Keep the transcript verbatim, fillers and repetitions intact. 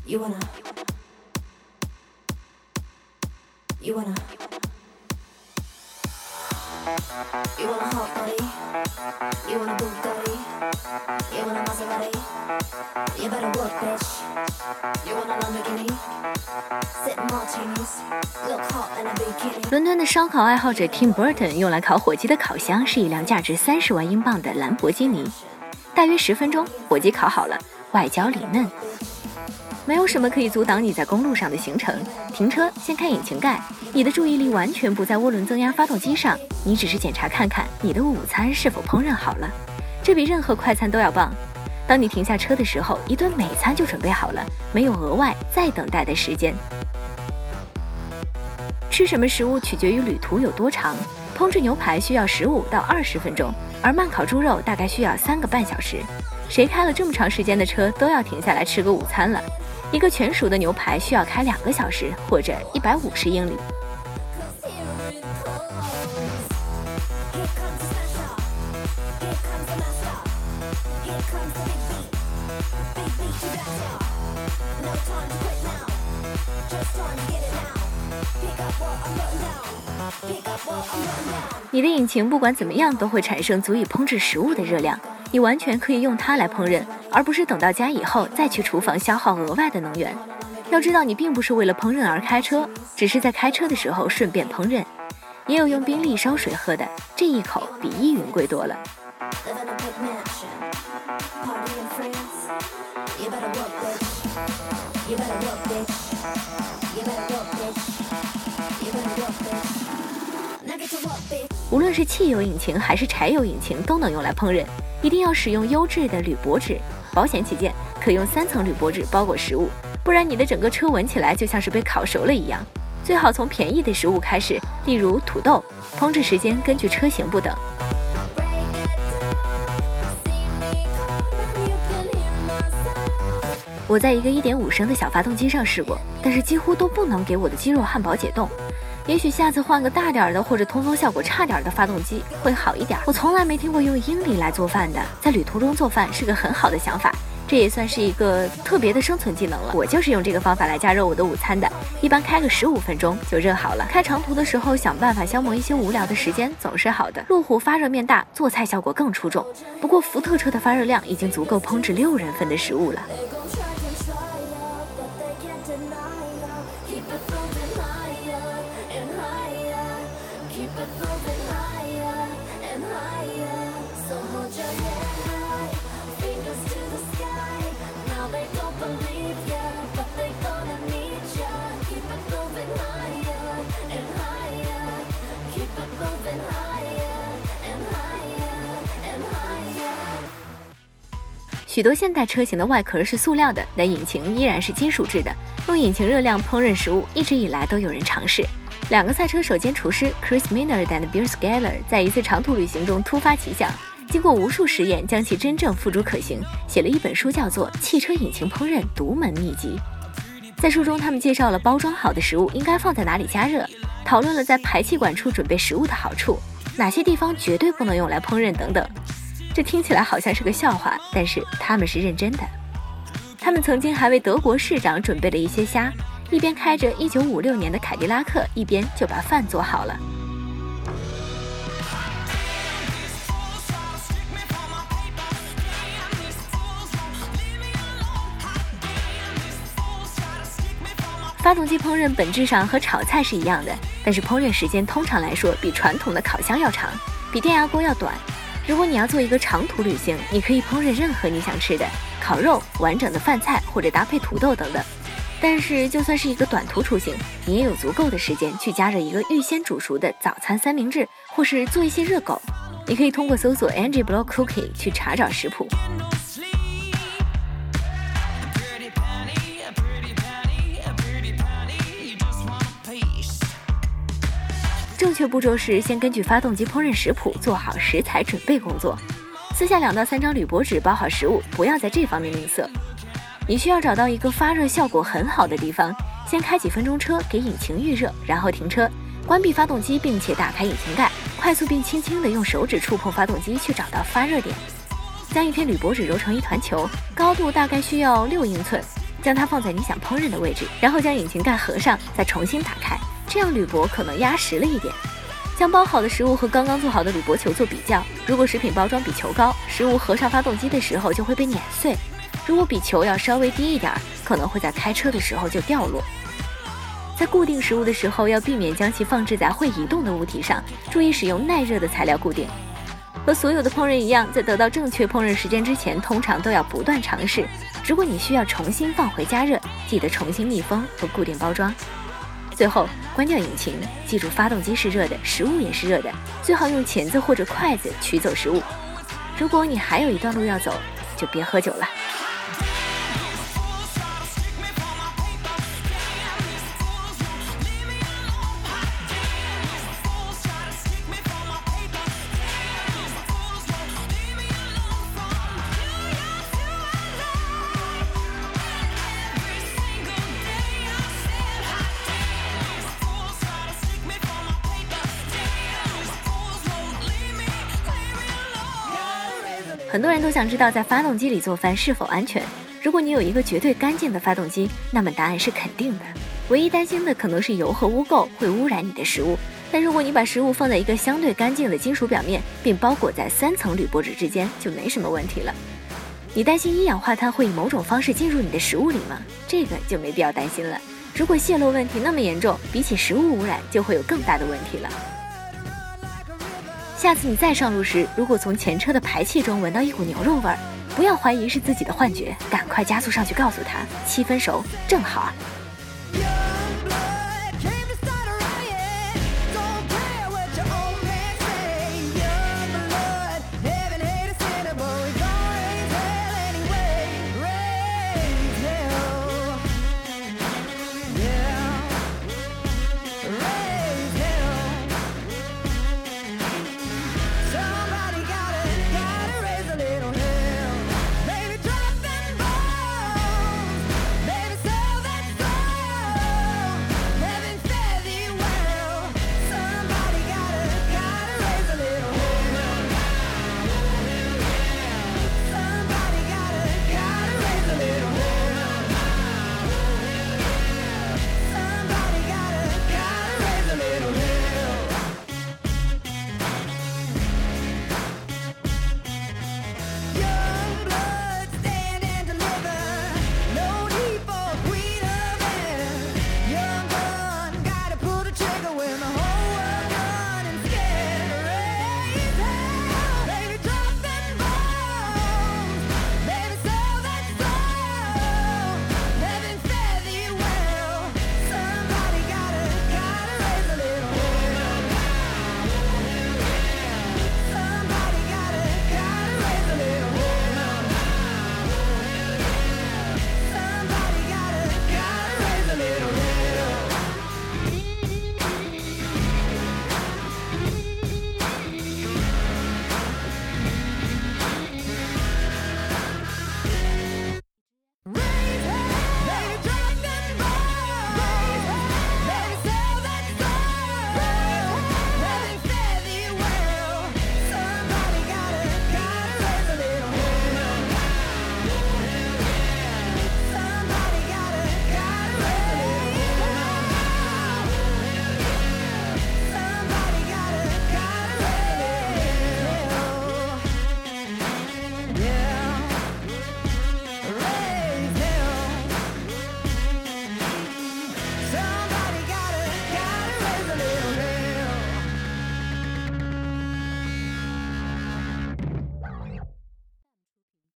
You wanna, you wanna, you wanna hot body, you wanna Bugatti, you wanna Maserati, you better work, bitch. You wanna Lamborghini, sip martinis, look hot in a bikini. 伦敦的烧烤爱好者 Tim Burton 用来烤火鸡的烤箱是一辆价值三十万英镑的兰博基尼，大约十分钟，火鸡烤好了，外焦里嫩。没有什么可以阻挡你在公路上的行程。停车，先开引擎盖，你的注意力完全不在涡轮增压发动机上，你只是检查看看你的午餐是否烹饪好了，这比任何快餐都要棒。当你停下车的时候，一顿美餐就准备好了，没有额外再等待的时间。吃什么食物取决于旅途有多长，烹制牛排需要十五到二十分钟，而慢烤猪肉大概需要三个半小时。谁开了这么长时间的车都要停下来吃个午餐了。一个全熟的牛排需要开两个小时或者一百五十英里。你的引擎不管怎么样都会产生足以烹制食物的热量，你完全可以用它来烹饪，而不是等到家以后再去厨房消耗额外的能源。要知道你并不是为了烹饪而开车，只是在开车的时候顺便烹饪。也有用冰力烧水喝的，这一口比依云贵多了。无论是汽油引擎还是柴油引擎都能用来烹饪，一定要使用优质的铝箔纸，保险起见可用三层铝箔纸包裹食物，不然你的整个车闻起来就像是被烤熟了一样。最好从便宜的食物开始，例如土豆，烹制时间根据车型不等。我在一个 一点五 升的小发动机上试过，但是几乎都不能给我的鸡肉汉堡解冻。也许下次换个大点的或者通风效果差点的发动机会好一点。我从来没听过用英里来做饭的，在旅途中做饭是个很好的想法，这也算是一个特别的生存技能了。我就是用这个方法来加热我的午餐的，一般开个十五分钟就热好了。开长途的时候想办法消磨一些无聊的时间总是好的。路虎发热面大，做菜效果更出众，不过福特车的发热量已经足够烹制六人份的食物了。许多现代车型的外壳是塑料的，但引擎依然是金属制的。用引擎热量烹饪食物，一直以来都有人尝试。两个赛车手兼厨师 Chris Minard和 Bill Skeller 在一次长途旅行中突发奇想，经过无数实验将其真正付诸可行，写了一本书叫做《汽车引擎烹饪独门秘籍》。在书中，他们介绍了包装好的食物应该放在哪里加热，讨论了在排气管处准备食物的好处，哪些地方绝对不能用来烹饪等等。这听起来好像是个笑话，但是他们是认真的。他们曾经还为德国市长准备了一些虾，一边开着一九五六年的凯迪拉克，一边就把饭做好了。发动机烹饪本质上和炒菜是一样的，但是烹饪时间通常来说比传统的烤箱要长，比电压锅要短。如果你要做一个长途旅行，你可以烹饪任何你想吃的，烤肉、完整的饭菜或者搭配土豆等等。但是就算是一个短途出行，你也有足够的时间去加热一个预先煮熟的早餐三明治，或是做一些热狗。你可以通过搜索 Angie Block Cookie 去查找食谱。正确步骤是先根据发动机烹饪食谱做好食材准备工作，撕下两到三张铝箔纸包好食物，不要在这方面吝啬。你需要找到一个发热效果很好的地方，先开几分钟车给引擎预热，然后停车，关闭发动机并且打开引擎盖，快速并轻轻地用手指触碰发动机去找到发热点。将一片铝箔纸揉成一团球，高度大概需要六英寸， 将它放在你想烹饪的位置，然后将引擎盖合上，再重新打开，这样铝箔可能压实了一点。将包好的食物和刚刚做好的铝箔球做比较，如果食品包装比球高，食物合上发动机的时候就会被碾碎；如果比球要稍微低一点，可能会在开车的时候就掉落。在固定食物的时候，要避免将其放置在会移动的物体上，注意使用耐热的材料固定。和所有的烹饪一样，在得到正确烹饪时间之前，通常都要不断尝试。如果你需要重新放回加热，记得重新密封和固定包装。最后，关掉引擎，记住发动机是热的，食物也是热的，最好用钳子或者筷子取走食物。如果你还有一段路要走，就别喝酒了。很多人都想知道在发动机里做饭是否安全。如果你有一个绝对干净的发动机，那么答案是肯定的。唯一担心的可能是油和污垢会污染你的食物，但如果你把食物放在一个相对干净的金属表面，并包裹在三层铝箔纸之间，就没什么问题了。你担心一氧化碳会以某种方式进入你的食物里吗？这个就没必要担心了。如果泄漏问题那么严重，比起食物污染就会有更大的问题了。下次你再上路时，如果从前车的排气中闻到一股牛肉味儿，不要怀疑是自己的幻觉，赶快加速上去告诉他，七分熟正好。